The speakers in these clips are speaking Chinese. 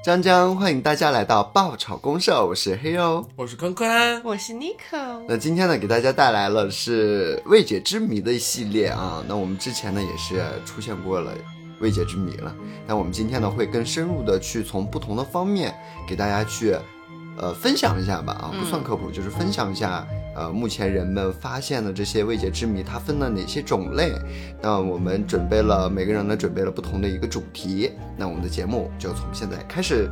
张张，欢迎大家来到爆炒公社，我是黑肉， 我是坤坤， 我是 Nico。 那今天呢，给大家带来了是未解之谜的系列啊。那我们之前呢也是出现过了未解之谜了，但我们今天呢会更深入的去从不同的方面给大家去分享一下吧啊，不算科普，就是分享一下目前人们发现的这些未解之谜，它分了哪些种类。那我们每个人呢准备了不同的一个主题，那我们的节目就从现在开始。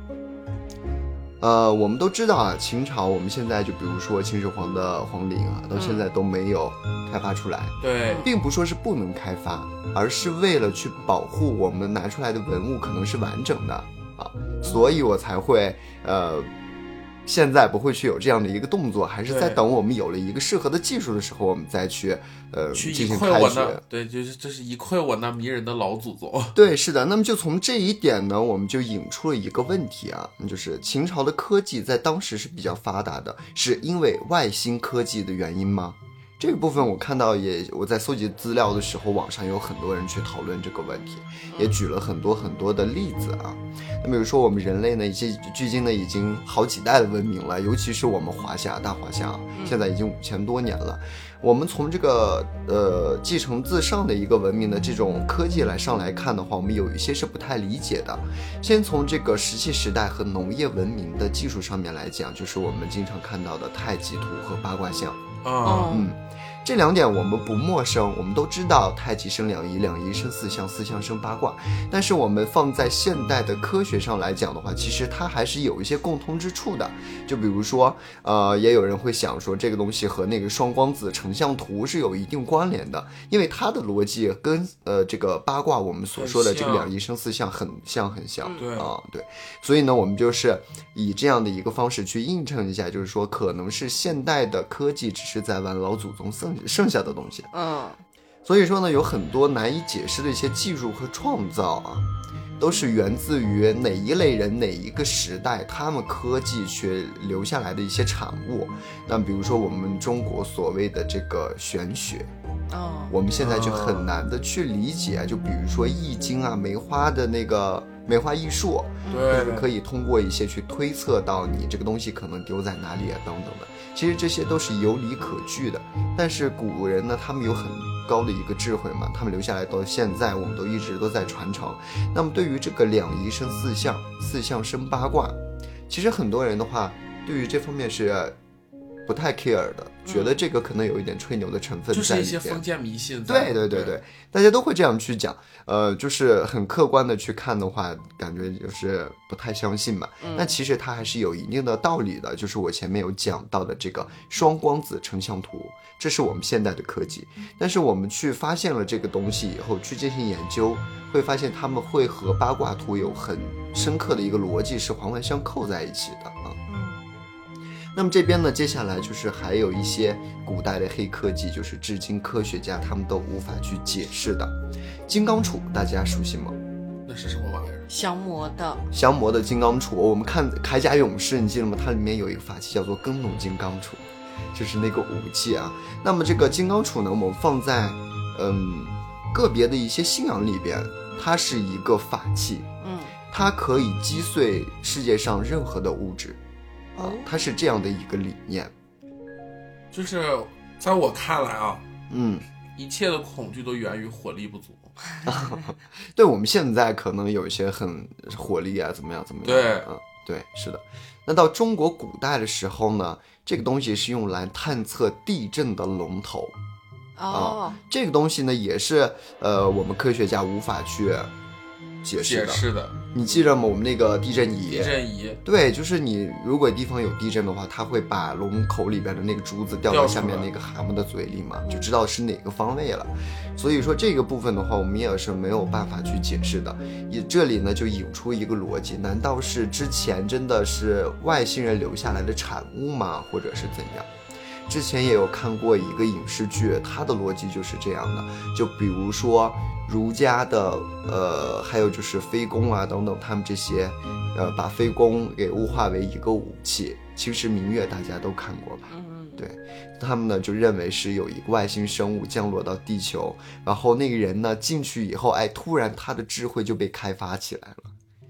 我们都知道啊，秦朝我们现在就比如说秦始皇的皇陵啊，到现在都没有开发出来。 对， 并不说是不能开发，而是为了去保护我们拿出来的文物可能是完整的啊，所以我才会现在不会去有这样的一个动作，还是在等我们有了一个适合的技术的时候，我们再去进行开掘。 对，就是这是一窥我那迷人的老祖宗。 对，是的。那么就从这一点呢，我们就引出了一个问题啊，就是秦朝的科技在当时是比较发达的，是因为外星科技的原因吗？这个部分我看到我在搜集资料的时候，网上有很多人去讨论这个问题，也举了很多的例子啊。那么比如说我们人类呢，距今呢已经好几代的文明了，尤其是我们大华夏，现在已经5000多年了。我们从这个继承自上的一个文明的这种科技来看的话，我们有一些是不太理解的。先从这个石器时代和农业文明的技术上面来讲，就是我们经常看到的太极图和八卦象。这两点我们不陌生，我们都知道太极生两仪，两仪生四象，四象生八卦。但是我们放在现代的科学上来讲的话，其实它还是有一些共通之处的。就比如说也有人会想说这个东西和那个双光子成像图是有一定关联的，因为它的逻辑跟这个八卦我们所说的这个两仪生四象很像。对，所以呢我们就是以这样的一个方式去映衬一下，就是说可能是现代的科技只是在玩老祖宗剩下的东西。所以说呢，有很多难以解释的一些技术和创造啊，都是源自于哪一类人哪一个时代他们科技却留下来的一些产物。那比如说我们中国所谓的这个玄学，我们现在就很难的去理解，就比如说易经啊，梅花的那个梅花易数，就是可以通过一些去推测到你这个东西可能丢在哪里啊等等的，其实这些都是有理可据的。但是古人呢，他们有很高的一个智慧嘛，他们留下来到现在我们都一直都在传承。那么对于这个两仪生四象，四象生八卦，其实很多人的话对于这方面是不太 care 的，觉得这个可能有一点吹牛的成分在里面， 就是一些封建迷信。 对，大家都会这样去讲。就是很客观的去看的话，感觉就是不太相信嘛。但其实它还是有一定的道理的，就是我前面有讲到的这个双光子成像图，这是我们现代的科技。但是我们去发现了这个东西以后，去进行研究，会发现他们会和八卦图有很深刻的一个逻辑是环环相扣在一起的啊。那么这边呢，接下来就是还有一些古代的黑科技，就是至今科学家他们都无法去解释的。金刚杵大家熟悉吗？ 那是什么玩意儿？ 降魔的金刚杵，我们看铠甲勇士，你记得吗？它里面有一个法器叫做更弩金刚杵，就是那个武器啊。那么这个金刚杵呢，我们放在个别的一些信仰里边，它是一个法器，它可以击碎世界上任何的物质。它是这样的一个理念， 就是在我看来啊，一切的恐惧都源于火力不足。 对，我们现在可能有一些很火力啊，怎么样？对，是的。那到中国古代的时候呢，这个东西是用来探测地震的龙头。这个东西呢，也是我们科学家无法去解释的。你记着吗？我们那个地震仪，对，就是你如果地方有地震的话，它会把龙口里边的那个珠子掉到下面那个蛤蟆的嘴里嘛，就知道是哪个方位了。所以说这个部分的话，我们也是没有办法去解释的。这里呢就引出一个逻辑，难道是之前真的是外星人留下来的产物吗？或者是怎样？之前也有看过一个影视剧，它的逻辑就是这样的，就比如说儒家的还有就是非攻啊等等，他们这些把非攻给物化为一个武器。其实明月大家都看过吧？对，他们呢就认为是有一个外星生物降落到地球，然后那个人呢进去以后，突然他的智慧就被开发起来了。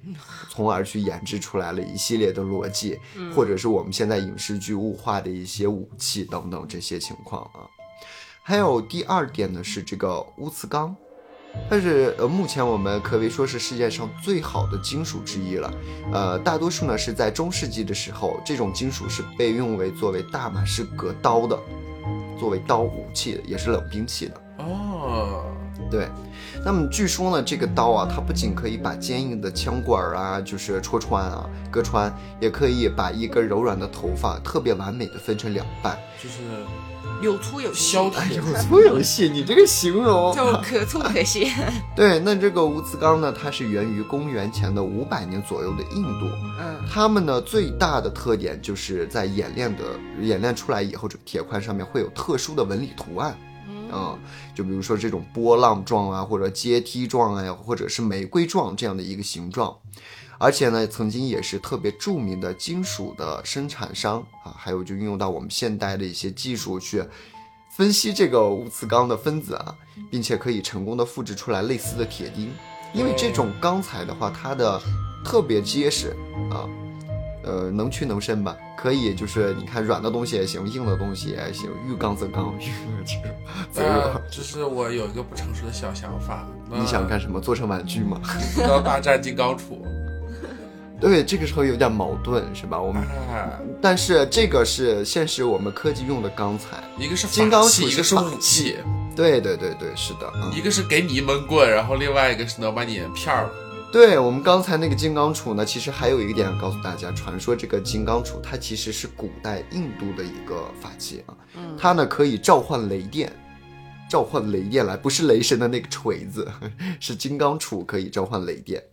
从而去研制出来了一系列的逻辑，或者是我们现在影视剧物化的一些武器等等这些情况啊。还有第二点呢是这个钨瓷钢，它是目前我们可谓说是世界上最好的金属之一了。大多数呢是在中世纪的时候，这种金属是被用为作为大马士革刀的，作为刀武器的，也是冷兵器的。 哦， 对。那么据说呢，这个刀啊，它不仅可以把坚硬的枪管啊，就是戳穿啊、割穿，也可以把一根柔软的头发特别完美的分成两半， 就是有粗有细， 削铁， 有粗有细，你这个形容就可粗可细。 对，那这个钨瓷钢呢，它是源于公元前的500年左右的印度。它们呢最大的特点就是在演练出来以后，这个铁块上面会有特殊的纹理图案。就比如说这种波浪状啊，或者阶梯状啊，或者是玫瑰状这样的一个形状。而且呢，曾经也是特别著名的金属的生产商啊，还有就运用到我们现代的一些技术去分析这个钨瓷钢的分子啊，并且可以成功的复制出来类似的铁钉。因为这种钢材的话，它的特别结实啊，能屈能伸吧，可以就是你看软的东西也行，硬的东西也行，遇钢则钢，遇热则热。 就是我有一个不成熟的小想法， 你想干什么？做成玩具吗？ 要大战金刚杵。 对，这个时候有点矛盾，是吧？我们，但是这个是现实我们科技用的钢材， 一个是金刚杵， 一个是武器。 对，是的， 一个是给你一闷棍，然后另外一个是能把你片儿了。 对，我们刚才那个金刚杵呢，其实还有一个点要告诉大家，传说这个金刚杵它其实是古代印度的一个法器啊，它呢可以召唤雷电来，不是雷神的那个锤子，是金刚杵可以召唤雷电。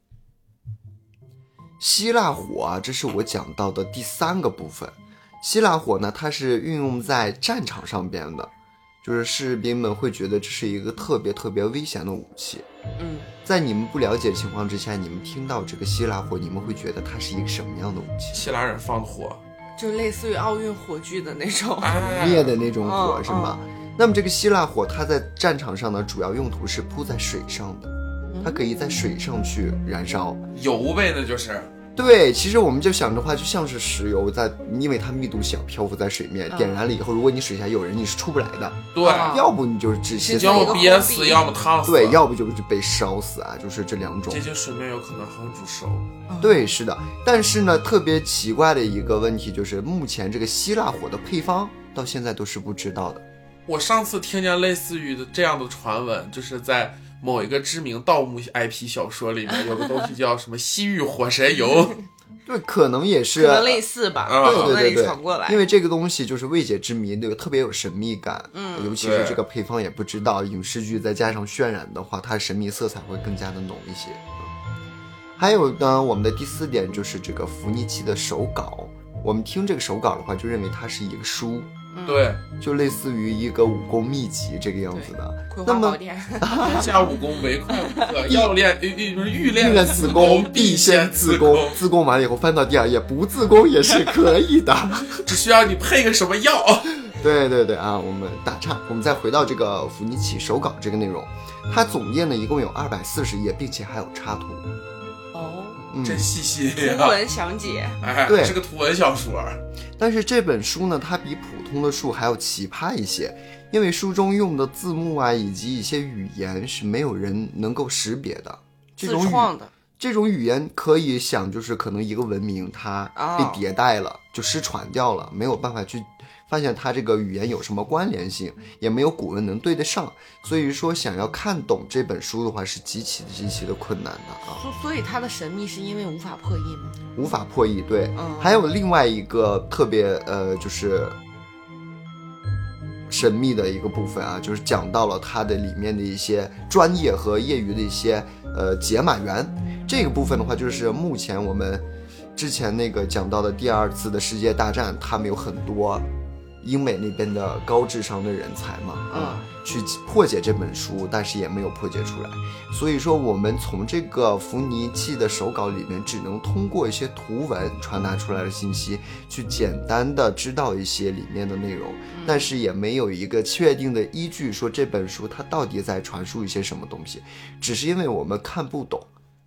希腊火啊，这是我讲到的第3个部分。希腊火呢，它是运用在战场上边的，就是士兵们会觉得这是一个特别危险的武器。在你们不了解的情况之下，你们听到这个希腊火，你们会觉得它是一个什么样的武器？ 希腊人放的火， 就类似于奥运火炬的那种灭的那种火，是吗？那么这个希腊火，它在战场上呢，主要用途是铺在水上的，它可以在水上去燃烧， 油呗，那就是。 对，其实我们就想的话，就像是石油因为它密度小，漂浮在水面，点燃了以后，如果你水下有人，你是出不来的。 对， 要不你就是窒息死， 要么憋死，要么烫死。 对，要不就是被烧死啊，就是这2种。 这些水面有可能很煮熟。 对，是的。但是呢，特别奇怪的一个问题就是，目前这个希腊火的配方到现在都是不知道的。 我上次听见类似于这样的传闻，就是在某一个知名盗墓 IP 小说里面有个东西叫什么西域火神油。 对，可能也是， 可能类似吧， 对， 传过来。 因为这个东西就是未解之谜，那个特别有神秘感，尤其是这个配方也不知道，影视剧再加上渲染的话，它神秘色彩会更加的浓一些。还有呢，我们的第4点就是这个伏尼契的手稿，我们听这个手稿的话，就认为它是一个书。 对， 就类似于一个武功秘籍这个样子的。 那么天下武功唯快不可，要练欲练此功，必先自宫。自宫完了以后翻到第2页，不自宫也是可以的， 只需要你配个什么药。 对啊，我们打岔，我们再回到这个伏尼契手稿这个内容，它总页呢一共有240页，并且还有插图。 真细心呀！图文详解， 对， 是个图文小说。 但是这本书呢，它比普通的书还要奇葩一些，因为书中用的字幕啊，以及一些语言是没有人能够识别的。 自创的这种语言可以想，就是可能一个文明它被迭代了，就失传掉了，没有办法去发现它这个语言有什么关联性，也没有古文能对得上，所以说想要看懂这本书的话是极其的困难的啊。 所以它的神秘是因为无法破译吗？ 无法破译，对。还有另外一个特别就是神秘的一个部分啊，就是讲到了它的里面的一些专业和业余的一些解码员。这个部分的话，就是目前我们之前那个讲到的第2次的世界大战，他们有很多英美那边的高智商的人才嘛，去破解这本书，但是也没有破解出来。所以说我们从这个伏尼契的手稿里面，只能通过一些图文传达出来的信息，去简单的知道一些里面的内容，但是也没有一个确定的依据说这本书它到底在传输一些什么东西，只是因为我们看不懂，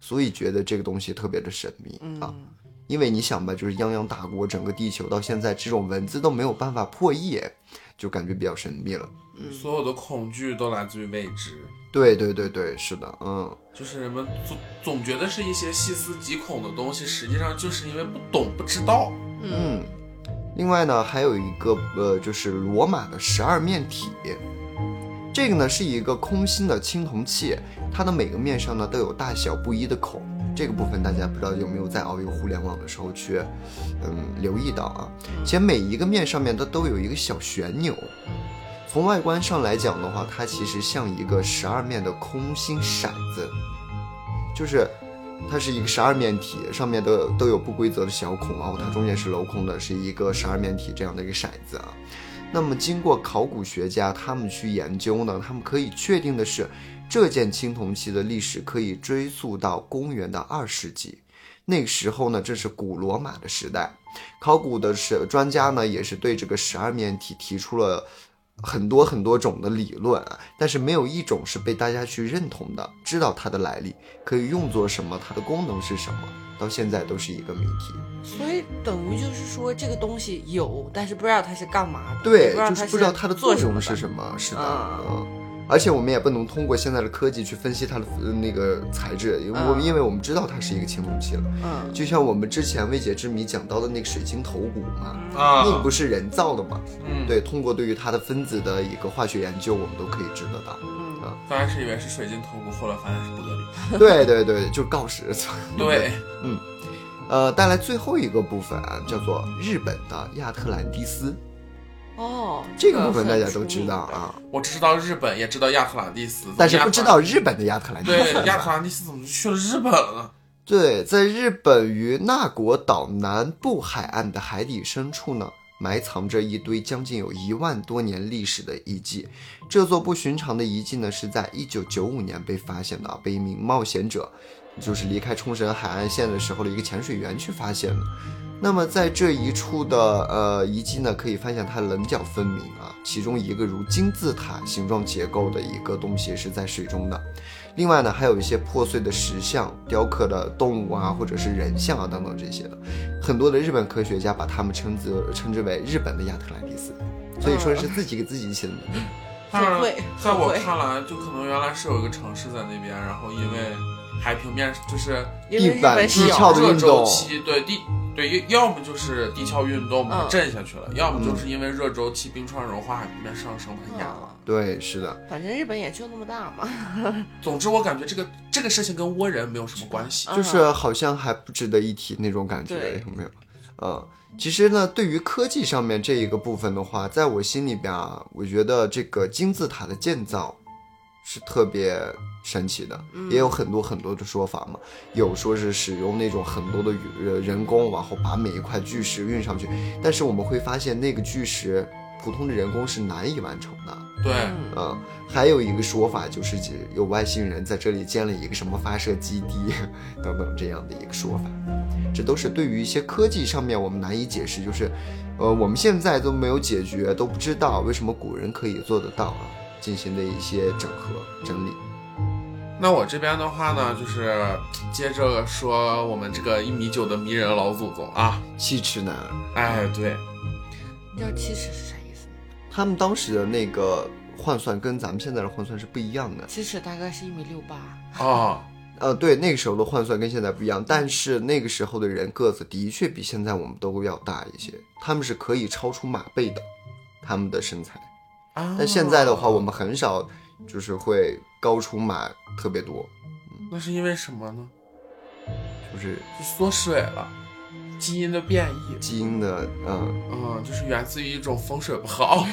所以觉得这个东西特别的神秘啊。因为你想吧，就是泱泱大国，整个地球到现在这种文字都没有办法破译，就感觉比较神秘了。 所有的恐惧都来自于未知。 对，是的， 就是人们总觉得是一些细思极恐的东西，实际上就是因为不懂不知道。 另外呢，还有一个就是罗马的12面体，这个呢是一个空心的青铜器，它的每个面上呢都有大小不一的孔。这个部分大家不知道有没有在遨游互联网的时候去留意到啊？且每一个面上面都有一个小旋钮。从外观上来讲的话，它其实像一个12面的空心骰子，就是它是一个12面体，上面都有不规则的小孔，然后它中间是镂空的，是一个12面体这样的一个骰子啊。那么经过考古学家他们去研究呢，他们可以确定的是，这件青铜器的历史可以追溯到公元的2世纪。那个时候呢，这是古罗马的时代。考古的专家呢，也是对这个12面体提出了很多种的理论啊，但是没有一种是被大家去认同的，知道它的来历，可以用作什么，它的功能是什么，到现在都是一个谜题。 所以等于就是说这个东西有，但是不知道它是干嘛的。 对，就是不知道它的作用是什么。是的，而且我们也不能通过现在的科技去分析它的那个材质，因为我们知道它是一个青铜器了。就像我们之前未解之谜讲到的那个水晶头骨嘛，那个不是人造的嘛？对，通过对于它的分子的一个化学研究，我们都可以知得到。 刚开始以为是水晶头骨，后来发现是玻璃。 对，就是锆石。 对， 带来最后一个部分啊，叫做日本的亚特兰蒂斯。这个部分大家都知道啊。 我只知道日本，也知道亚特兰蒂斯， 但是不知道日本的亚特兰蒂斯。 对，亚特兰蒂斯怎么就去了日本了？ 对，在日本于那国岛南部海岸的海底深处呢，埋藏着一堆将近有1万多年历史的遗迹。这座不寻常的遗迹呢，是在1995年被发现的，被一名冒险者，就是离开冲绳海岸线的时候的一个潜水员去发现的。那么在这一处的遗迹呢，可以发现它棱角分明啊，其中一个如金字塔形状结构的一个东西是在水中的。另外呢，还有一些破碎的石像、雕刻的动物啊，或者是人像啊等等这些的。很多的日本科学家把它们称之为日本的亚特兰蒂斯，所以说是自己给自己起的名字。 当然，在我看来，就可能原来是有一个城市在那边，然后因为海平面就是地板地壳的运动， 对，要么就是地壳运动把它震下去了，要么就是因为热周期冰川融化，海平面上升它压了。 对，是的。 反正日本也就那么大嘛。 总之，我感觉这个事情跟倭人没有什么关系， 就是好像还不值得一提那种感觉，有没有？其实呢，对于科技上面这一个部分的话，在我心里边啊，我觉得这个金字塔的建造是特别神奇的，也有很多的说法嘛。有说是使用那种很多的人工，然后把每一块巨石运上去，但是我们会发现那个巨石普通的人工是难以完成的。 对， 还有一个说法就是有外星人在这里建了一个什么发射基地等等这样的一个说法。这都是对于一些科技上面我们难以解释，就是我们现在都没有解决，都不知道为什么古人可以做得到啊，进行的一些整合整理。 那我这边的话呢，就是接着说我们这个1.9米的迷人老祖宗啊， 七尺男儿。 哎，对， 你知道七尺是啥意思吗？ 他们当时的那个换算跟咱们现在的换算是不一样的。 七尺大概是1.68米。 对，那个时候的换算跟现在不一样，但是那个时候的人个子的确比现在我们都要大一些，他们是可以超出马背的，他们的身材。但现在的话，我们很少就是会高出马特别多。 那是因为什么呢？ 就是缩水了，基因的变异， 基因的就是源自于一种风水不好。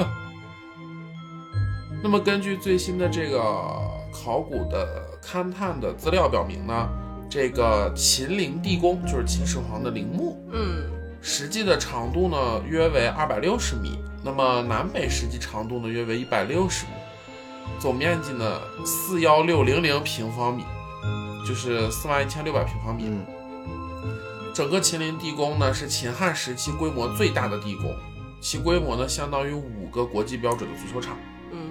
那么根据最新的这个考古的勘探的资料表明呢，这个秦陵地宫就是秦始皇的陵墓，实际的长度呢约为260米，那么南北实际长度呢约为160米，总面积呢41600平方米，就是41600平方米。整个秦陵地宫呢是秦汉时期规模最大的地宫，其规模呢相当于5个国际标准的足球场。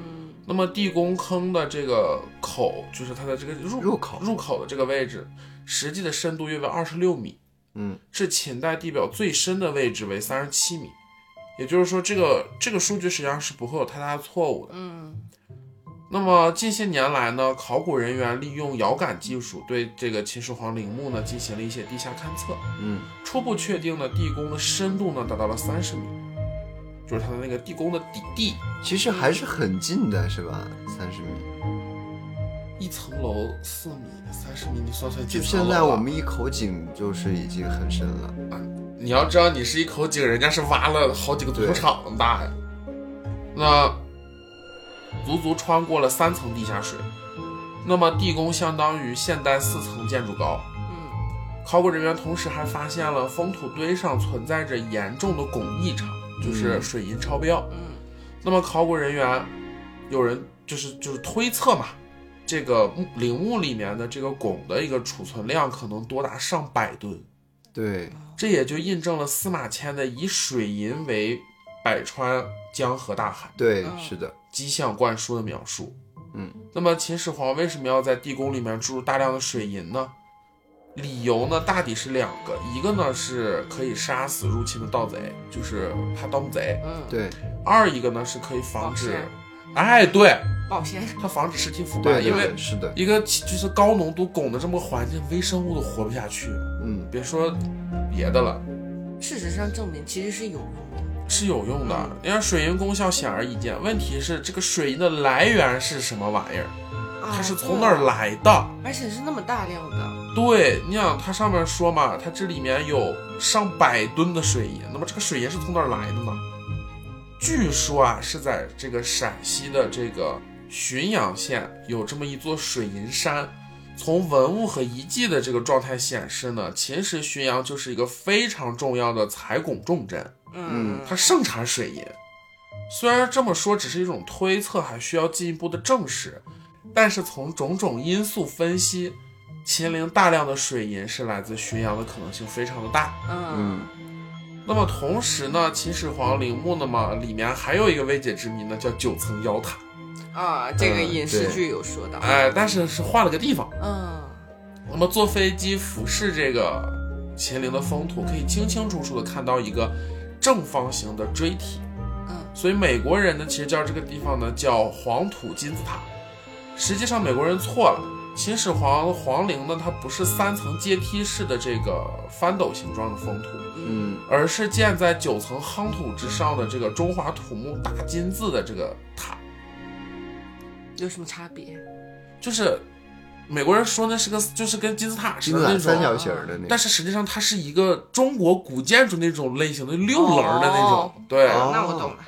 那么地宫坑的这个口，就是它的这个入口的这个位置，实际的深度约为26米，是秦代地表最深的位置为37米，也就是说这个数据实际上是不会有太大的错误的。那么近些年来呢，考古人员利用遥感技术对这个秦始皇陵墓呢进行了一些地下勘测，初步确定呢地宫的深度呢达到了30米，就是它的那个地宫的底地， 其实还是很近的，是吧？30米， 一层楼4米，30米，你算算就现在我们一口井就是已经很深了。 你要知道，你是一口井，人家是挖了好几个足球场那么大呀。那足穿过了3层地下水，那么地宫相当于现代4层建筑高。考古人员同时还发现了封土堆上存在着严重的汞异常，就是水银超标。那么考古人员有人就是推测嘛，这个陵墓里面的这个汞的一个储存量可能多达上百吨。 对， 这也就印证了司马迁的以水银为百川江河大海， 对，是的， 迹象灌输的描述。那么秦始皇为什么要在地宫里面注入大量的水银呢？理由呢大抵是2个，一个呢是可以杀死入侵的盗贼，就是怕盗墓贼， 对； 二一个呢是可以防止，对， 保鲜， 它防止尸体腐败，因为是的， 一个就是高浓度汞的这么个环境，微生物都活不下去。别说别的了， 事实上证明其实是有用的， 是有用的。因为水银功效显而易见，问题是这个水银的来源是什么玩意儿？它是从哪儿来的？ 而且是那么大量的。 对，你想它上面说嘛，它这里面有上百吨的水银，那么这个水银是从哪儿来的呢？据说啊，是在这个陕西的这个浔阳县有这么一座水银山。从文物和遗迹的这个状态显示呢，秦时浔阳就是一个非常重要的采汞重镇，它盛产水银。虽然这么说只是一种推测，还需要进一步的证实，但是从种种因素分析，秦陵大量的水银是来自浔阳的可能性非常的大。那么同时呢，秦始皇陵墓呢嘛，里面还有一个未解之谜呢，叫9层妖塔。 这个影视剧有说到， 但是换了个地方。那么坐飞机俯视这个秦陵的封土，可以清清楚楚的看到一个正方形的锥体。所以美国人呢，其实叫这个地方呢叫黄土金字塔。实际上美国人错了，秦始皇皇陵呢，它不是3层阶梯式的这个翻斗形状的封土，而是建在9层夯土之上的这个中华土木大金字的这个塔。 有什么差别？ 就是美国人说那是个，就是跟金字塔似的那种三角形的那种， 但是实际上它是一个中国古建筑那种类型的6棱的那种。对， 那我懂了。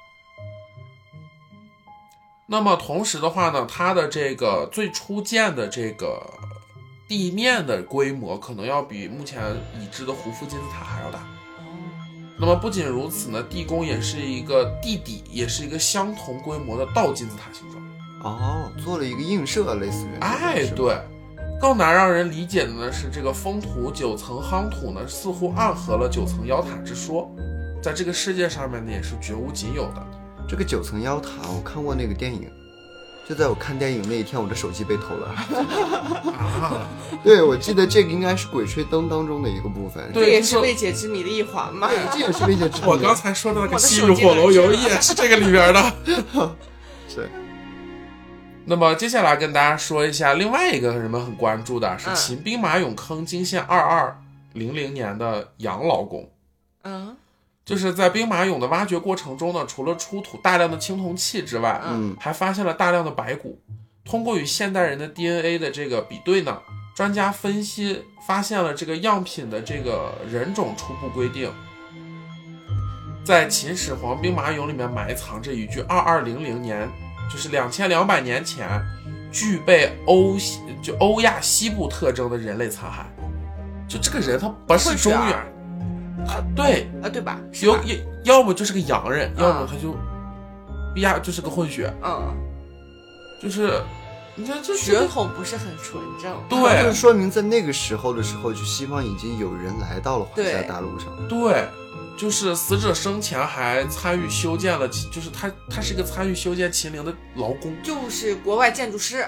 那么同时的话呢，它的这个最初建的这个地面的规模可能要比目前已知的胡夫金字塔还要大。那么不仅如此呢，地宫也是一个地底，也是一个相同规模的倒金字塔形状。 做了一个映射，类似于对。更难让人理解的呢是，这个封土9层夯土呢，似乎暗合了9层妖塔之说，在这个世界上面呢也是绝无仅有的。 这个9层妖塔，我看过那个电影，就在我看电影那一天，我的手机被偷了。对，我记得这个应该是《鬼吹灯》当中的一个部分。 这也是未解之谜的一环嘛。 对，这也是未解之谜。 我刚才说的那个西域火龙油也是这个里边的。 是。 那么接下来跟大家说一下另外一个人们很关注的是秦兵马俑坑惊现2200年的杨老宫。就是在兵马俑的挖掘过程中呢，除了出土大量的青铜器之外，还发现了大量的白骨。通过与现代人的 DNA 的这个比对呢，专家分析发现了这个样品的这个人种初步规定，在秦始皇兵马俑里面埋藏着一具2200年，就是2200年前具备欧亚西部特征的人类残骸。就这个人他不是中原， 对吧？ 要么就是个洋人，要么他就是个混血。就是你看这血统不是很纯正。 对， 就说明在那个时候的时候，就西方已经有人来到了华夏大陆上。 对， 就是死者生前还参与修建了，就是他是一个参与修建秦陵的劳工， 就是国外建筑师。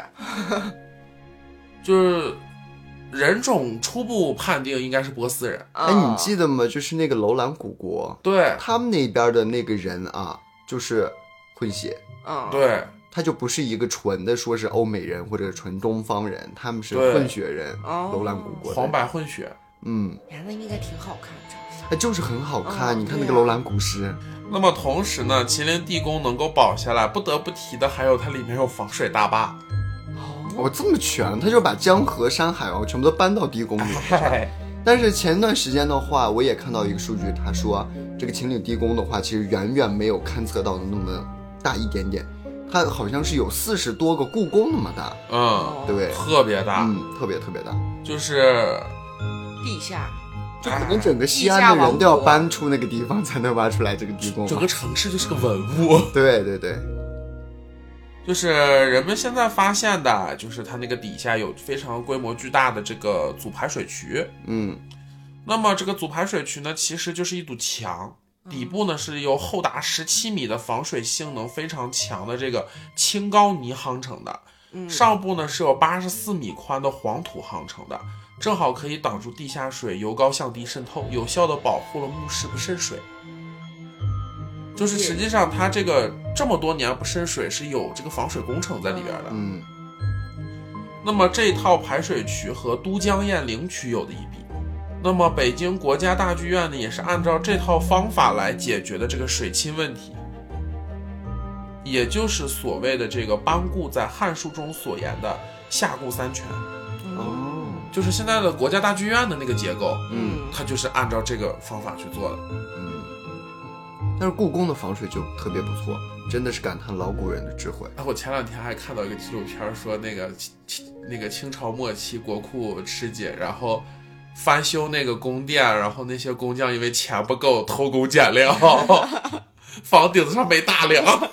就是人种初步判定应该是波斯人。 哎，你记得吗？就是那个楼兰古国， 对， 他们那边的那个人啊，就是混血。 对， 他就不是一个纯的说是欧美人或者纯东方人，他们是混血人。楼兰古国黄白混血。 那应该挺好看的。 哎，就是很好看。你看那个楼兰古尸。 那么同时呢，秦陵地宫能够保下来，不得不提的还有它里面有防水大坝。 这么全，他就把江河山海全部都搬到地宫里。但是前段时间的话，我也看到一个数据，他说这个秦岭地宫的话，其实远远没有勘测到的那么大一点点，它好像是有40多个故宫那么大。对， 特别大。 特别特别大， 就是地下。 就可能整个西安的人都要搬出那个地方才能挖出来这个地宫， 整个城市就是个文物。 对对对， 就是人们现在发现的，就是它那个底下有非常规模巨大的这个组排水渠。那么这个组排水渠呢，其实就是一堵墙，底部呢是由厚达17米的防水性能非常强的这个青膏泥夯成的，上部呢是有84米宽的黄土夯成的，正好可以挡住地下水由高向低渗透，有效的保护了墓室不渗水。就是实际上它这么多年不渗水是有这个防水工程在里边的。那么这套排水渠和都江堰陵渠有的一比。那么北京国家大剧院呢，也是按照这套方法来解决的这个水侵问题，也就是所谓的这个班固在《汉书》中所言的下固三泉。就是现在的国家大剧院的那个结构，它就是按照这个方法去做的。 但是故宫的防水就特别不错，真的是感叹老古人的智慧。 我前2天还看到一个纪录片，说那个清朝末期国库吃紧，然后翻修那个宫殿，然后那些工匠因为钱不够偷工减料，房顶子上没大梁。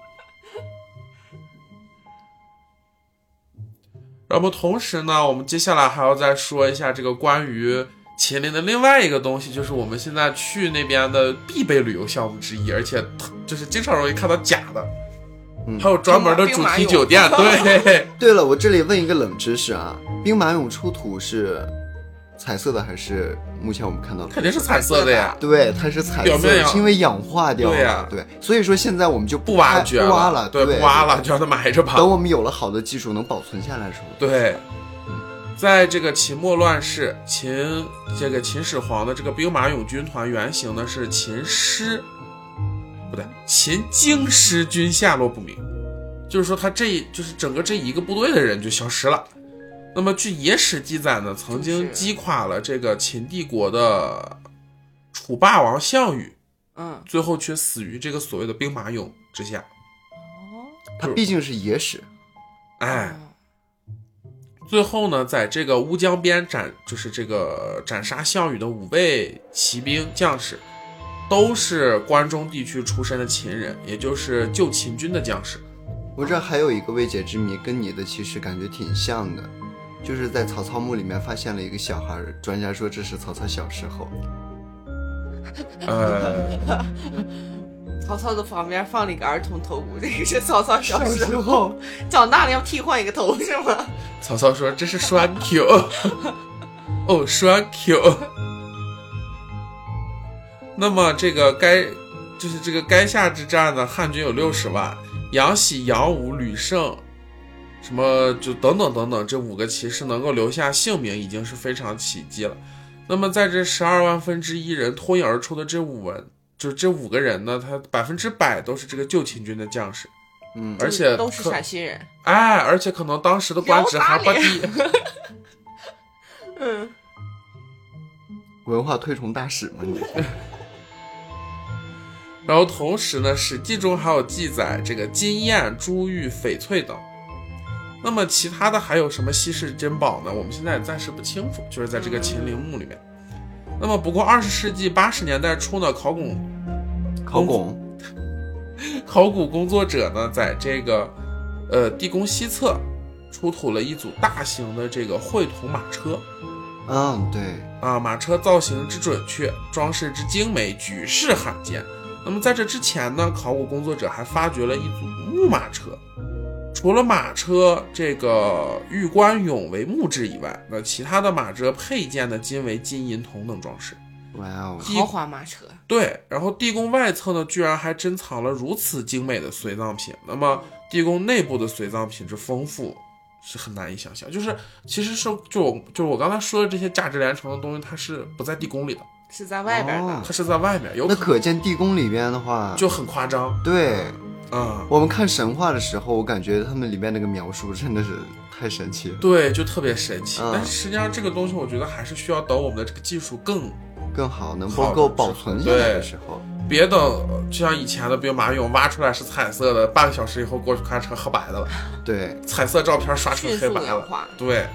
然后同时呢，我们接下来还要再说一下这个关于秦陵的另外一个东西，就是我们现在去那边的必备旅游项目之一，而且就是经常容易看到假的。还有专门的主题酒店。 对了，我这里问一个冷知识啊，兵马俑出土是彩色的还是目前我们看到的？ 肯定是彩色的呀。 对，它是彩色的，是因为氧化掉了。 对呀， 对，所以说现在我们就不挖掘了， 不挖了， 对，不挖了，就让它埋着吧。 等我们有了好的技术能保存下来的时候。 对，在这个秦末乱世，秦始皇的这个兵马俑军团原型呢是秦京师军下落不明，就是说他就是整个这一个部队的人就消失了。那么据野史记载呢，曾经击垮了这个秦帝国的楚霸王项羽，最后却死于这个所谓的兵马俑之下。 他毕竟是野史。 最后呢，在这个乌江边就是这个斩杀项羽的5位骑兵将士，都是关中地区出身的秦人，也就是旧秦军的将士。 我这还有一个未解之谜，跟你的其实感觉挺像的，就是在曹操墓里面发现了一个小孩，专家说这是曹操小时候。 曹操的旁边放了一个儿童头骨，这个是曹操小时候，长大了要替换一个头是吗？ 曹操说这是栓 Q。 栓 Q。 那么这个垓下之战呢，汉军有60万，杨喜、杨武、吕胜什么就等等等等，这5个骑士能够留下性命已经是非常奇迹了。那么在这12万分之1人脱颖而出的这5个人呢，他100%都是这个旧秦军的将士。而且都是陕西人。 而且可能当时的官职还不低。 文化推崇大使嘛你。 然后同时呢，史记中还有记载这个金燕、珠玉、翡翠等。那么其他的还有什么稀世珍宝呢？我们现在暂时不清楚，就是在这个秦陵墓里面。那么不过20世纪80年代初呢，考古工作者呢，在这个地宫西侧出土了一组大型的这个会同马车。 对马车造型之准确，装饰之精美，举世罕见。那么在这之前呢，考古工作者还发掘了一组木马车。除了马车这个玉冠俑为木质以外，那其他的马车配件呢均为金银铜等装饰。 哇哦， 豪华马车。 对，然后地宫外侧呢居然还珍藏了如此精美的随葬品。那么地宫内部的随葬品之丰富是很难以想象，就是其实是就是我刚才说的这些价值连城的东西，它是不在地宫里的， 是在外边的， 它是在外面。 那可见地宫里边的话就很夸张。 对，我们看神话的时候，我感觉他们里面那个描述真的是太神奇了。 对，就特别神奇。但是实际上这个东西，我觉得还是需要等我们的这个技术更好， 能够保存下来的时候， 别等就像以前的兵马俑挖出来是彩色的，半个小时以后过去看成黑白的了。 对， 彩色照片刷成黑白了。对，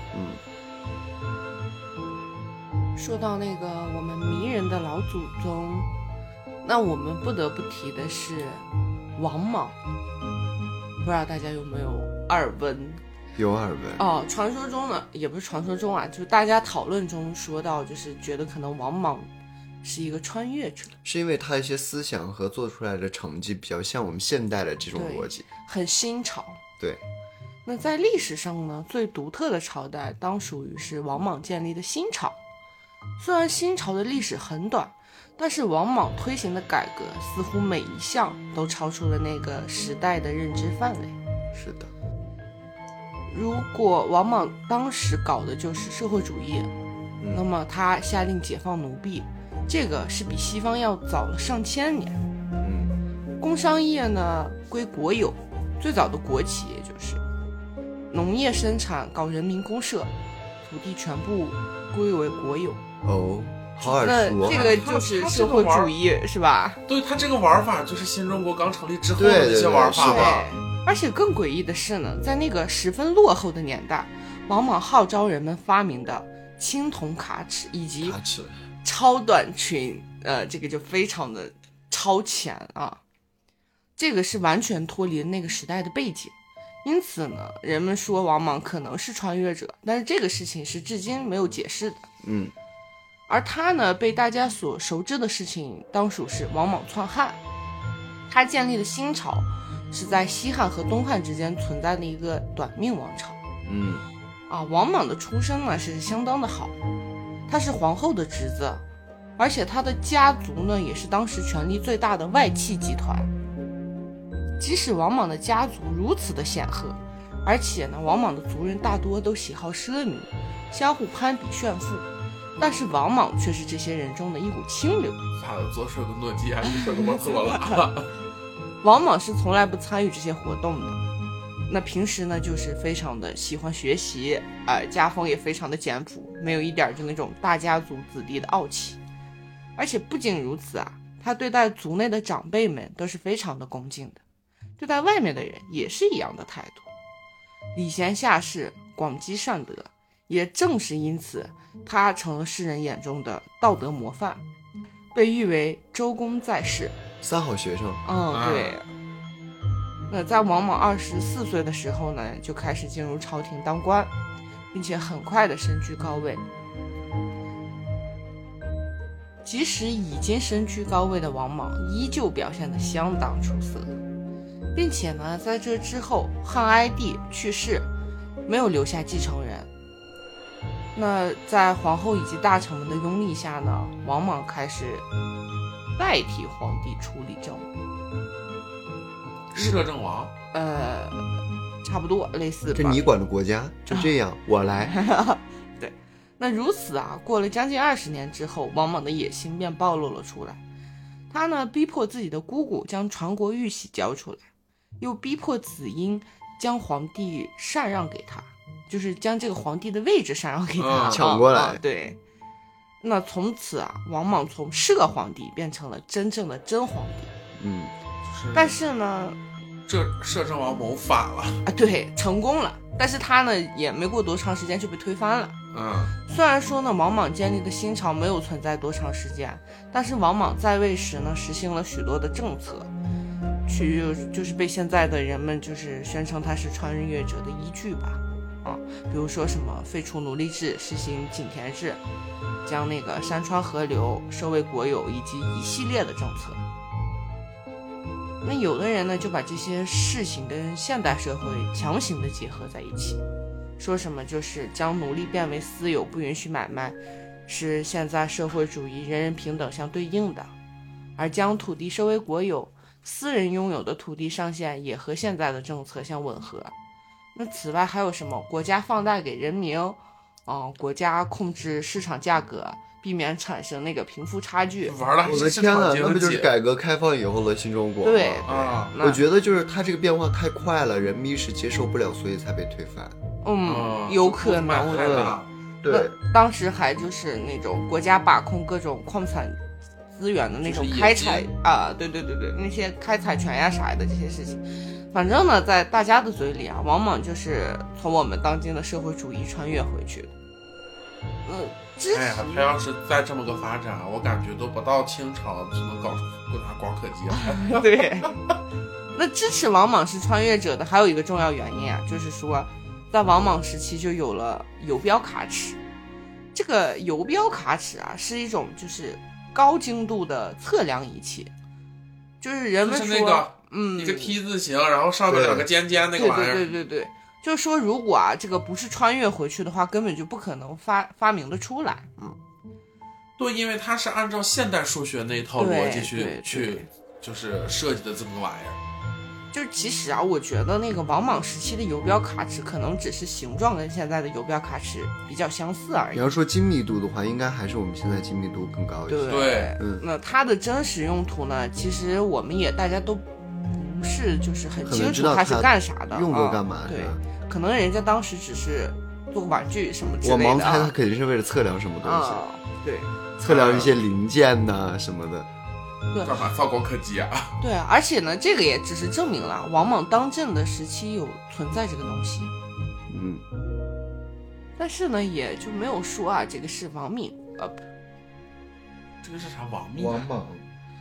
说到那个我们迷人的老祖宗，那我们不得不提的是王莽，不知道大家有没有耳闻？ 有耳闻传说中呢，也不是传说中啊，就是大家讨论中说到，就是觉得可能王莽是一个穿越者， 是因为他一些思想和做出来的成绩比较像我们现代的这种逻辑， 很新潮。 对， 那在历史上呢，最独特的朝代当属于是王莽建立的新朝。虽然新朝的历史很短，但是王莽推行的改革似乎每一项都超出了那个时代的认知范围。 是的， 如果王莽当时搞的就是社会主义，那么他下令解放奴婢，这个是比西方要早了上千年。工商业呢归国有，最早的国企也就是农业生产搞人民公社，土地全部归为国有。 好耳熟。 那这个就是社会主义是吧？ 对，他这个玩法就是新中国刚成立之后的那些玩法吧。 而且更诡异的是呢，在那个十分落后的年代，王莽号召人们发明的青铜卡尺以及超短裙，这个就非常的超前啊。这个是完全脱离了那个时代的背景，因此呢，人们说王莽可能是穿越者，但是这个事情是至今没有解释的。而他呢，被大家所熟知的事情当属是王莽篡汉。他建立的新朝是在西汉和东汉之间存在的一个短命王朝。王莽的出身呢是相当的好，他是皇后的侄子，而且他的家族呢也是当时权力最大的外戚集团。即使王莽的家族如此的显赫，而且呢，王莽的族人大多都喜好奢靡，相互攀比炫富，但是王莽却是这些人中的一股清流。 咋的，左手的诺基亚，右手的摩托罗拉。 王莽是从来不参与这些活动的，那平时呢就是非常的喜欢学习，家风也非常的简朴，没有一点就那种大家族子弟的傲气。而且不仅如此啊，他对待族内的长辈们都是非常的恭敬的，对待外面的人也是一样的态度，礼贤下士，广积善德。也正是因此，他成了世人眼中的道德模范，被誉为周公在世， 三好学生。 对。那在王莽24岁的时候呢，就开始进入朝廷当官，并且很快的身居高位。即使已经身居高位的王莽，依旧表现得相当出色，并且呢，在这之后，汉哀帝去世，没有留下继承人。那在皇后以及大臣们的拥立下呢，王莽开始代替皇帝处理政务， 摄政王， 差不多类似吧。 这你管的国家就这样，我来。 对，那如此啊，过了将近20年之后，王莽的野心便暴露了出来。他呢，逼迫自己的姑姑将传国玉玺交出来，又逼迫子婴将皇帝禅让给他。就是将这个皇帝的位置禅让给他， 抢过来。 对，那从此啊，王莽从摄皇帝变成了真正的真皇帝。但是呢， 这摄政王谋反了啊，对，成功了。但是他呢，也没过多长时间就被推翻了。虽然说呢，王莽建立的新朝没有存在多长时间，但是王莽在位时呢，实行了许多的政策，就是被现在的人们就是宣称他是穿越者的依据吧。 啊，比如说什么废除奴隶制，实行井田制，将那个山川河流收为国有，以及一系列的政策。那有的人呢就把这些事情跟现代社会强行的结合在一起，说什么就是将奴隶变为私有，不允许买卖，是现在社会主义人人平等相对应的，而将土地收为国有，私人拥有的土地上限也和现在的政策相吻合。那此外还有什么国家放贷给人民，国家控制市场价格，避免产生那个贫富差距。 玩了， 我的天哪，那不就是改革开放以后的新中国吗？ 对啊， 我觉得就是它这个变化太快了，人们一时接受不了，所以才被推翻。 有可能对， 当时还就是那种国家把控各种矿产资源的那种开采啊，对，那些开采权呀啥的这些事情，反正呢，在大家的嘴里啊，往往就是从我们当今的社会主义穿越回去的。 哎呀，他要是再这么个发展，我感觉都不到清朝就能搞出光刻机了。 对，那支持王莽是穿越者的还有一个重要原因啊，就是说，在王莽时期就有了游标卡尺。这个游标卡尺啊，是一种就是高精度的测量仪器，就是人们说， 就是那个一个 T 字形，然后上面两个尖尖那个玩意儿。 对。就是说，如果啊这个不是穿越回去的话，根本就不可能发明的出来。 对，因为它是按照现代数学那一套逻辑去就是设计的这么个玩意儿。 就是其实啊，我觉得那个王莽时期的游标卡尺可能只是形状跟现在的游标卡尺比较相似而已。 你要说精密度的话，应该还是我们现在精密度更高一些。 对，那它的真实用途呢，其实我们也大家都不是就是很清楚它是干啥的， 用过干嘛？ 对，可能人家当时只是做玩具什么之类的。 我盲猜它肯定是为了测量什么东西。 对， 测量一些零件呐什么的。 对，干嘛造光刻机啊？ 对啊，而且呢，这个也只是证明了王莽当政的时期有存在这个东西。但是呢，也就没有说啊，这个是王莽这个是啥王莽？ 王莽。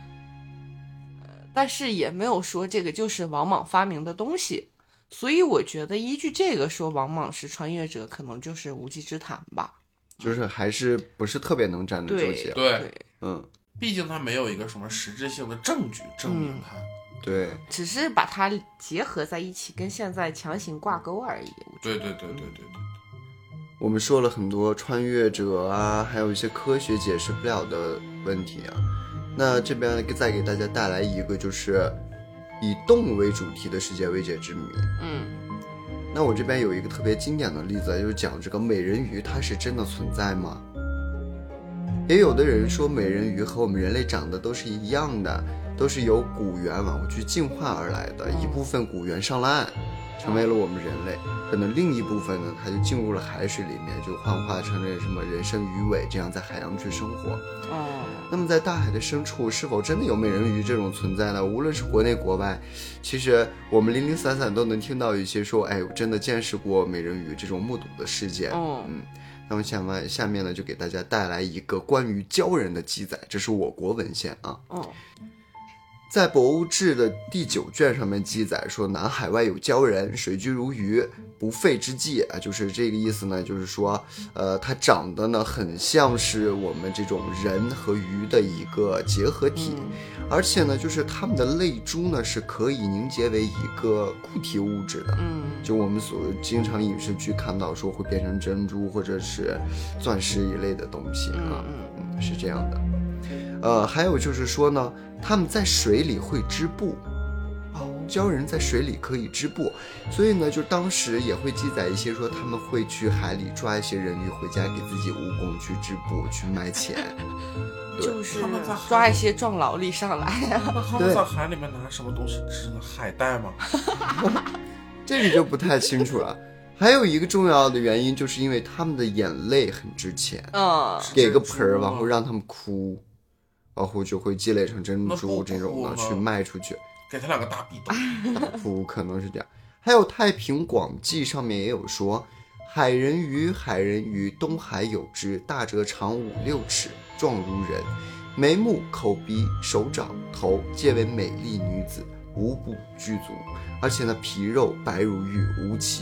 但是也没有说这个就是王莽发明的东西，所以我觉得依据这个说王莽是穿越者，可能就是无稽之谈吧。 就是还是不是特别能站得住脚。 对，毕竟他没有一个什么实质性的证据证明他。 对， 只是把它结合在一起，跟现在强行挂钩而已。 对。 我们说了很多穿越者啊，还有一些科学解释不了的问题啊。那这边再给大家带来一个就是以动物为主题的世界未解之谜。那我这边有一个特别经典的例子，就是讲这个美人鱼它是真的存在吗？也有的人说美人鱼和我们人类长得都是一样的，都是由古猿往回去进化而来的，一部分古猿上了岸成为了我们人类，可能另一部分呢它就进入了海水里面，就幻化成了什么人身鱼尾，这样在海洋去生活。那么在大海的深处是否真的有美人鱼这种存在呢？无论是国内国外，其实我们零零散散都能听到一些说，哎，我真的见识过美人鱼这种目睹的事件。那么下面呢就给大家带来一个关于鲛人的记载，这是我国文献啊。在《博物志》的第9卷上面记载说，南海外有鲛人，水居如鱼，不废之计啊，就是这个意思呢，就是说，它长得呢很像是我们这种人和鱼的一个结合体，而且呢，就是它们的泪珠呢是可以凝结为一个固体物质的，就我们所经常影视剧看到说会变成珍珠或者是钻石一类的东西啊，是这样的。还有就是说呢，他们在水里会织布，鲛人在水里可以织布，所以呢，就当时也会记载一些说他们会去海里抓一些人鱼回家给自己务工去织布去卖钱， 就是抓一些壮劳力上来。 那他们在海里面拿什么东西织呢？海带吗？ 这个就不太清楚了。还有一个重要的原因，就是因为他们的眼泪很值钱，给个盆儿，然后让他们哭。然后就会积累成珍珠这种的去卖出去， 给他2个大逼斗， 大哭可能是这样。还有《太平广记》上面也有说，海人鱼东海有之，大则长5-6尺，状如人，眉目口鼻手掌头皆为美丽女子，无不具足，而且呢皮肉白如玉，无其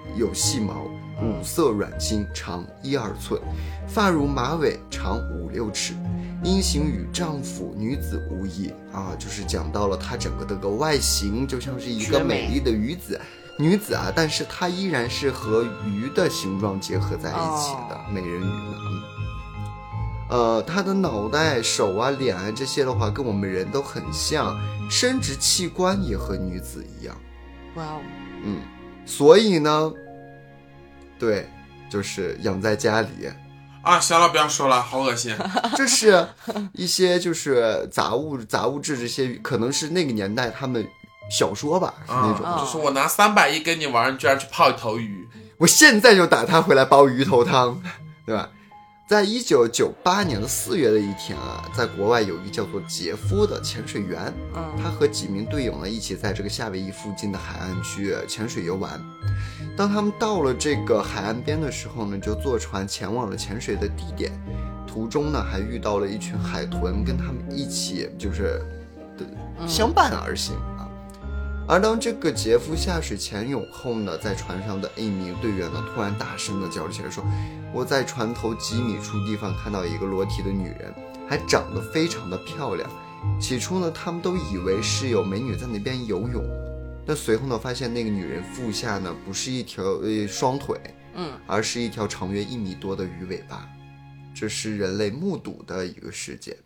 有细毛，五色软筋，长1-2寸，发如马尾，长5-6尺，因形与丈夫女子无异啊，就是讲到了她整个的个外形就像是一个美丽的女子啊，但是她依然是和鱼的形状结合在一起的美人鱼呢。她的脑袋、手啊、脸啊这些的话，跟我们人都很像，生殖器官也和女子一样。 哇哦， 所以呢，对，就是养在家里啊。行了，不要说了，好恶心。 这是一些就是杂物质，这些可能是那个年代他们小说吧，是那种。 就是我拿300亿跟你玩，你居然去泡一头鱼， 我现在就打他回来煲鱼头汤，对吧？在1998年的4月的一天啊，在国外有一个叫做杰夫的潜水员，他和几名队友呢一起在这个夏威夷附近的海岸区潜水游玩。当他们到了这个海岸边的时候呢，就坐船前往了潜水的地点。途中呢，还遇到了一群海豚，跟他们一起就是相伴而行啊。而当这个杰夫下水潜泳后呢，在船上的一名队员呢，突然大声地叫起来说：“我在船头几米处地方看到一个裸体的女人，还长得非常的漂亮。”起初呢，他们都以为是有美女在那边游泳，但随后呢，发现那个女人腹下呢不是一条双腿，而是一条长约1米多的鱼尾巴。这是人类目睹的一个事件。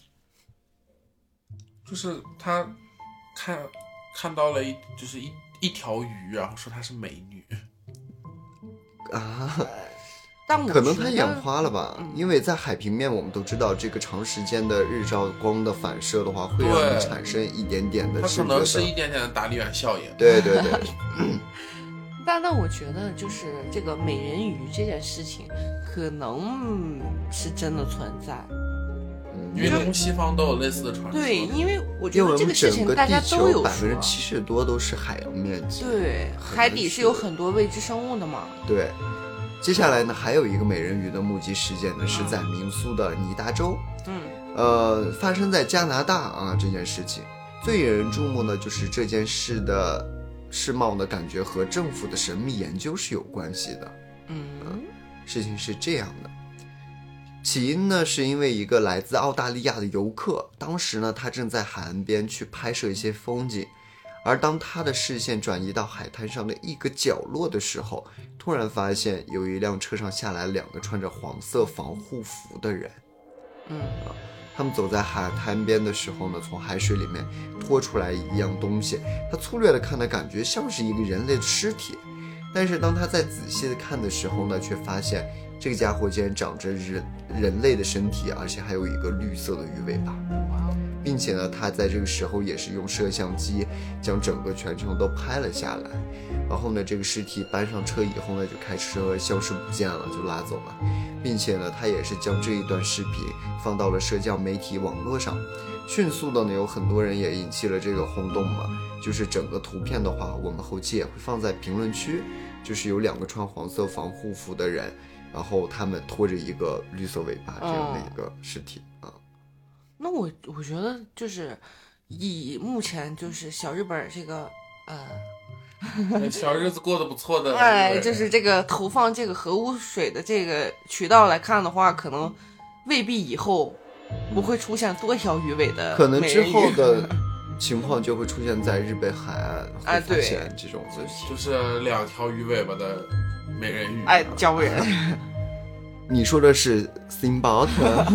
就是他看到了一条鱼，然后说她是美女啊。 但可能它眼花了吧，因为在海平面我们都知道，这个长时间的日照光的反射的话，会让你产生一点点的视觉的， 它可能是一点点的达利远效应。 对但我觉得就是这个美人鱼这件事情可能是真的存在， 因为东西方都有类似的传说。 对，因为我觉得这个事情大家都有说 ，70%多都是海洋面积， 对，海底是有很多未知生物的嘛。 对，接下来呢，还有一个美人鱼的目击事件呢，是在民苏的尼达州，发生在加拿大啊。这件事情最引人注目的就是这件事的世贸的感觉和政府的神秘研究是有关系的。事情是这样的，起因呢是因为一个来自澳大利亚的游客，当时呢他正在海岸边去拍摄一些风景，而当他的视线转移到海滩上的一个角落的时候，突然发现有一辆车上下来2个穿着黄色防护服的人。他们走在海滩边的时候呢，从海水里面拖出来一样东西，他粗略的看的感觉像是一个人类的尸体，但是当他再仔细的看的时候呢，却发现这个家伙竟然长着人类的身体，而且还有一个绿色的鱼尾巴，并且呢，他在这个时候也是用摄像机将整个全程都拍了下来。然后呢，这个尸体搬上车以后呢，就开车消失不见了，就拉走了，并且呢，他也是将这一段视频放到了社交媒体网络上，迅速的呢，有很多人也引起了这个轰动嘛。就是整个图片的话，我们后期也会放在评论区，就是有2个穿黄色防护服的人，然后他们拖着一个绿色尾巴这样的一个尸体啊。 那我觉得就是以目前就是小日本这个小日子过得不错的， 就是这个投放这个核污水的这个渠道来看的话，可能未必以后不会出现多条鱼尾的， 可能之后的情况就会出现在日本海岸，会发现这种问题， 就是2条鱼尾巴的美人鱼， 鲛人。 你说的是 Simba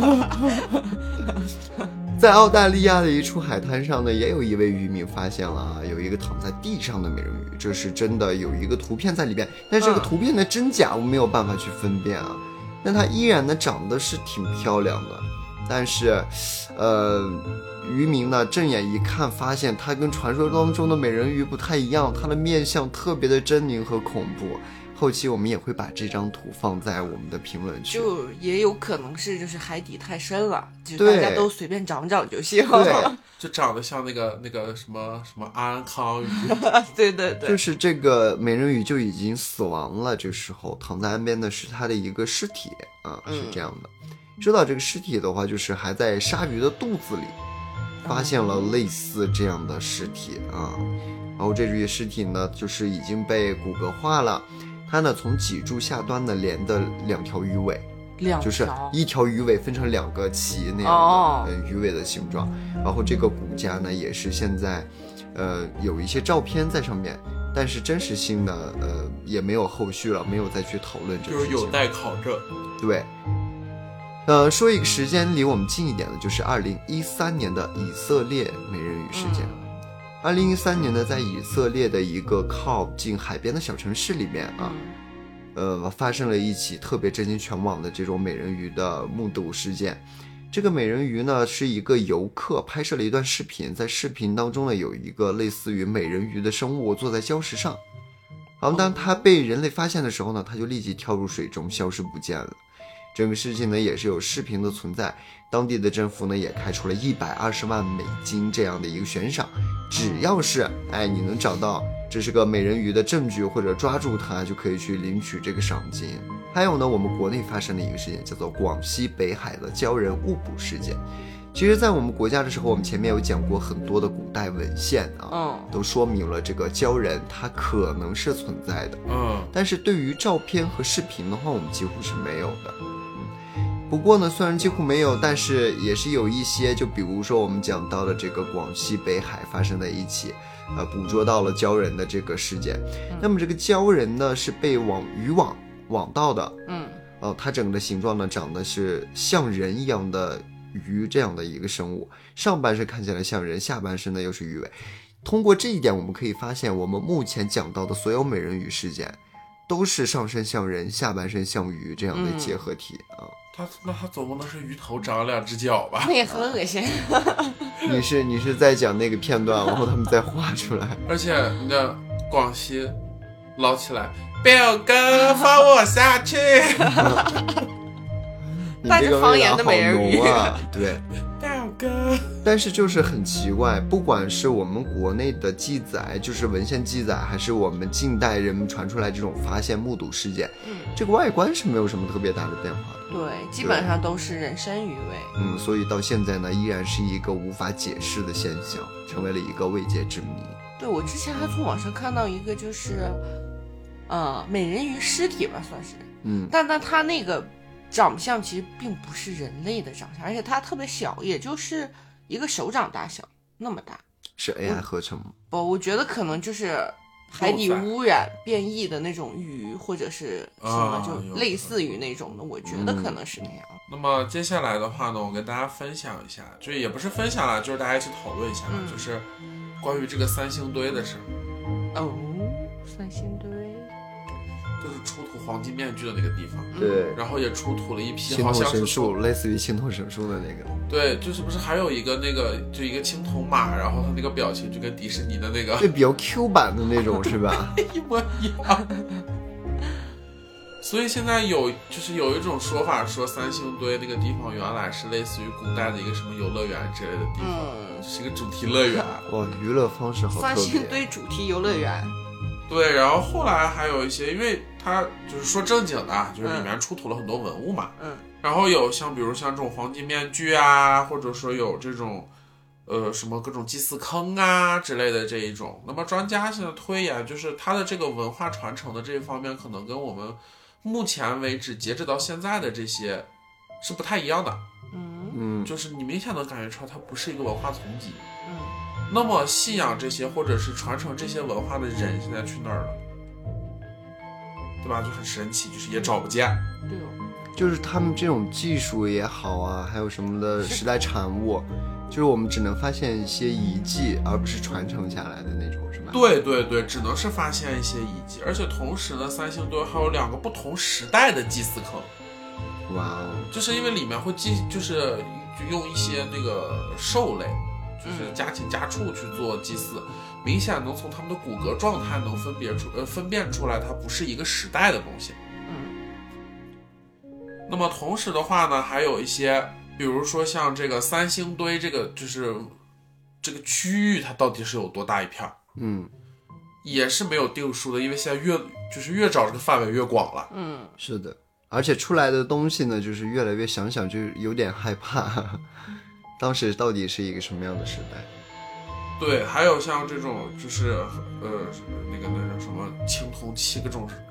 在澳大利亚的一处海滩上呢，也有一位渔民发现了有一个躺在地上的美人鱼，这是真的，有一个图片在里边，但这个图片的真假我没有办法去分辨啊。但它依然呢长得是挺漂亮的，但是渔民呢正眼一看，发现它跟传说当中的美人鱼不太一样，它的面相特别的狰狞和恐怖。后期我们也会把这张图放在我们的评论区， 就也有可能是就是海底太深了，就大家都随便长长就行， 对， 就长得像那个什么安康鱼， 对， 就是这个美人鱼就已经死亡了，这时候躺在岸边的是它的一个尸体啊，是这样的。说到这个尸体的话，就是还在鲨鱼的肚子里发现了类似这样的尸体啊，然后这具尸体呢，就是已经被骨骼化了。 它呢从脊柱下端呢连的2条鱼尾，就是一条鱼尾分成2个鳍那样的鱼尾的形状。然后这个骨架呢也是现在有一些照片在上面，但是真实性呢也没有后续了，没有再去讨论这个事情， 就是有待考证。 对。说一个时间离我们近一点的，就是2013年的以色列美人鱼事件。2013年呢，在以色列的一个靠近海边的小城市里面啊，发生了一起特别震惊全网的这种美人鱼的目睹事件。这个美人鱼呢，是一个游客拍摄了一段视频，在视频当中呢，有一个类似于美人鱼的生物坐在礁石上。然后当它被人类发现的时候呢，它就立即跳入水中消失不见了。整个事情呢也是有视频的存在，当地的政府呢也开出了120万美金这样的一个悬赏，只要是你能找到这是个美人鱼的证据或者抓住它，就可以去领取这个赏金。还有呢，我们国内发生的一个事件叫做广西北海的鲛人误捕事件。其实在我们国家的时候，我们前面有讲过很多的古代文献都说明了这个鲛人它可能是存在的，但是对于照片和视频的话，我们几乎是没有的。不过呢，虽然几乎没有，但是也是有一些，就比如说我们讲到的这个广西北海发生的一起捕捉到了鲛人的这个事件。那么这个鲛人呢是被渔网网到的，它整个的形状呢长得是像人一样的鱼这样的一个生物，上半身看起来像人，下半身呢又是鱼尾。通过这一点我们可以发现，我们目前讲到的所有美人鱼事件都是上身像人，下半身像鱼这样的结合体那它总不能是鱼头长了2只脚吧？ 那也很恶心。 你是在讲那个片段，然后他们再画出来。 而且你的广西捞起来，表哥放我下去。 带着方言的美人鱼对， 表哥。 但是就是很奇怪，不管是我们国内的记载，就是文献记载，还是我们近代人们传出来这种发现目睹事件，这个外观是没有什么特别大的变化的。 对，基本上都是人身鱼尾。 所以到现在呢，依然是一个无法解释的现象，成为了一个未解之谜。 对，我之前还从网上看到一个，就是美人鱼尸体吧，算是，但它那个长相其实并不是人类的长相，而且它特别小，也就是一个手掌大小那么大。 是 AI 合成吗？ 不，我觉得可能就是海底污染变异的那种鱼，或者是什么就类似于那种的，我觉得可能是那样。 那么接下来的话呢，我跟大家分享一下，就也不是分享了，就是大家一起讨论一下，就是关于这个三星堆的事。三星堆就是出土黄金面具的那个地方， 对， 然后也出土了一批青铜神树，类似于青铜神树的那个， 对，就是不是还有一个那个就一个青铜马，然后它那个表情就跟迪士尼的那个对比较 Q 版的那种是吧？ 一模一样。所以现在有一种说法说三星堆那个地方原来是类似于古代的一个什么游乐园之类的地方，是一个主题乐园。 哇，娱乐方式好特别。 三星堆主题游乐园。 对，然后后来还有一些，因为它就是说正经的，就是里面出土了很多文物嘛，然后有比如像这种黄金面具啊，或者说有这种什么各种祭祀坑啊之类的这一种。那么专家现在推演，就是它的这个文化传承的这一方面，可能跟我们目前为止截止到现在的这些是不太一样的。就是你明显能感觉出来，它不是一个文化层级。那么信仰这些或者是传承这些文化的人现在去哪儿了，对吧？就很神奇，就是也找不见。 对哦， 就是他们这种技术也好啊，还有什么的时代产物，就是我们只能发现一些遗迹，而不是传承下来的那种，是吧？ 对对对，只能是发现一些遗迹，而且同时呢，三星堆还有2个不同时代的祭祀坑。 哇哦！ 就是因为里面会就用一些那个兽类。就是家禽家畜去做祭祀，明显能从他们的骨骼状态能分辨出来，它不是一个时代的东西。那么同时的话呢，还有一些，比如说像这个三星堆这个就是这个区域，它到底是有多大一片？也是没有定数的，因为现在越找这个范围越广了。 是的，而且出来的东西呢，就是越来越想就有点害怕。当时到底是一个什么样的时代？对， 还有像这种就是那个什么青铜器各种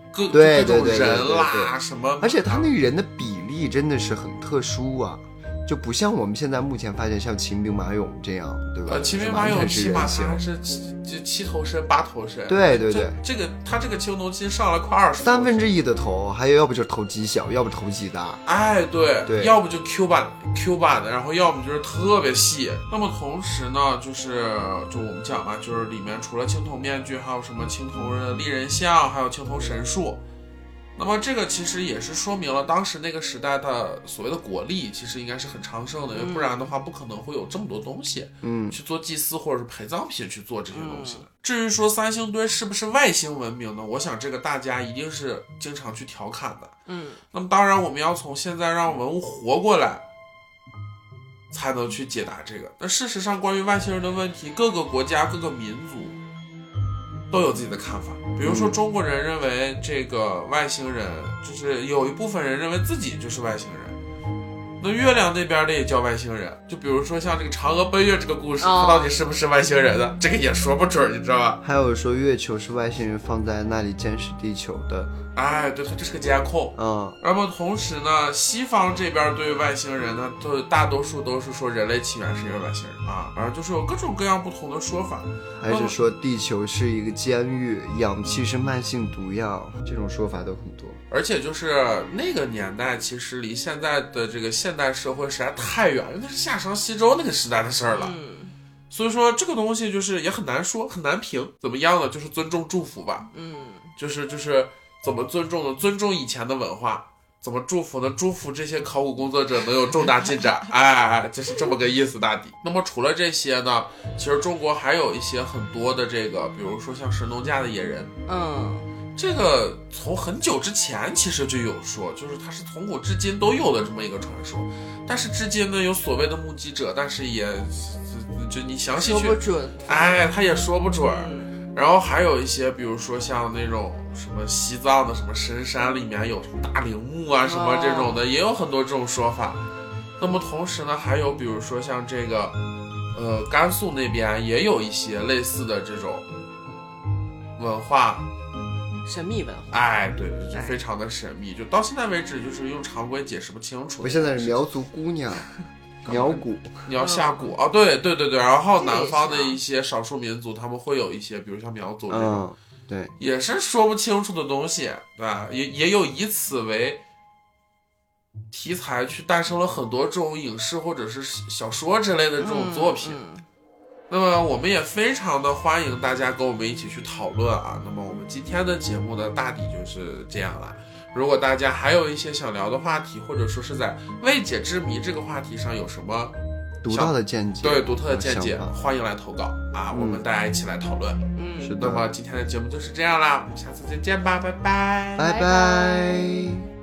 各种人啦什么， 而且他那个人的比例真的是很特殊啊，就不像我们现在目前发现像秦兵马俑这样，对吧？ 秦兵马俑起码他还是7头身8头身， 对对对， 他这个青铜器上了快20头 1/3的头，还有要不就头极小，要不头极大， 哎对，要不就 Q 版的，然后要么就是特别细。那么同时呢，就我们讲嘛，就是里面除了青铜面具，还有什么青铜的立人像，还有青铜神树。那么这个其实也是说明了当时那个时代的所谓的国力其实应该是很昌盛的，因为不然的话不可能会有这么多东西去做祭祀或者是陪葬品去做这些东西的。至于说三星堆是不是外星文明呢，我想这个大家一定是经常去调侃的。那么当然我们要从现在让文物活过来才能去解答这个。那事实上关于外星人的问题，各个国家各个民族都有自己的看法。比如说中国人认为这个外星人，就是有一部分人认为自己就是外星人，那月亮那边的也叫外星人。就比如说像这个嫦娥奔月这个故事，它到底是不是外星人的，这个也说不准，你知道吧？ 还有说月球是外星人放在那里监视地球的， 哎，对，它这是个监控。那么同时呢，西方这边对外星人呢，大多数都是说人类起源是因为外星人啊，反正就是有各种各样不同的说法。 还是说地球是一个监狱，氧气是慢性毒药，这种说法都很多。 而且就是那个年代其实离现在的这个现代社会实在太远，因为那是夏商西周那个时代的事儿了。所以说这个东西就是也很难说，很难评。怎么样呢？就是尊重祝福吧。就是怎么尊重呢？尊重以前的文化。怎么祝福呢？祝福这些考古工作者能有重大进展。哎，就是这么个意思大抵。那么除了这些呢，其实中国还有一些很多的这个，比如说像神农架的野人。这个从很久之前其实就有说，就是它是从古至今都有的这么一个传说。但是至今呢，有所谓的目击者，但是也就你详细去说不准， 哎，他也说不准。然后还有一些，比如说像那种什么西藏的什么深山里面有什么大陵墓啊什么这种的，也有很多这种说法。那么同时呢，还有比如说像这个甘肃那边也有一些类似的这种文化， 神秘文化。 哎，对，就非常的神秘，就到现在为止就是用常规解释不清楚。 我现在是苗族姑娘苗鼓， 苗下鼓啊，对，然后南方的一些少数民族，他们会有一些，比如像苗族这种， 对， 也是说不清楚的东西，对吧？也有以此为题材去诞生了很多这种影视或者是小说之类的这种作品。那么我们也非常的欢迎大家跟我们一起去讨论啊。那么我们今天的节目呢，大抵就是这样了。如果大家还有一些想聊的话题，或者说是在未解之谜这个话题上有什么独到的见解， 对，独特的见解，欢迎来投稿啊，我们大家一起来讨论。 是的。 那么今天的节目就是这样啦，我们下次再见吧，拜拜， 拜拜。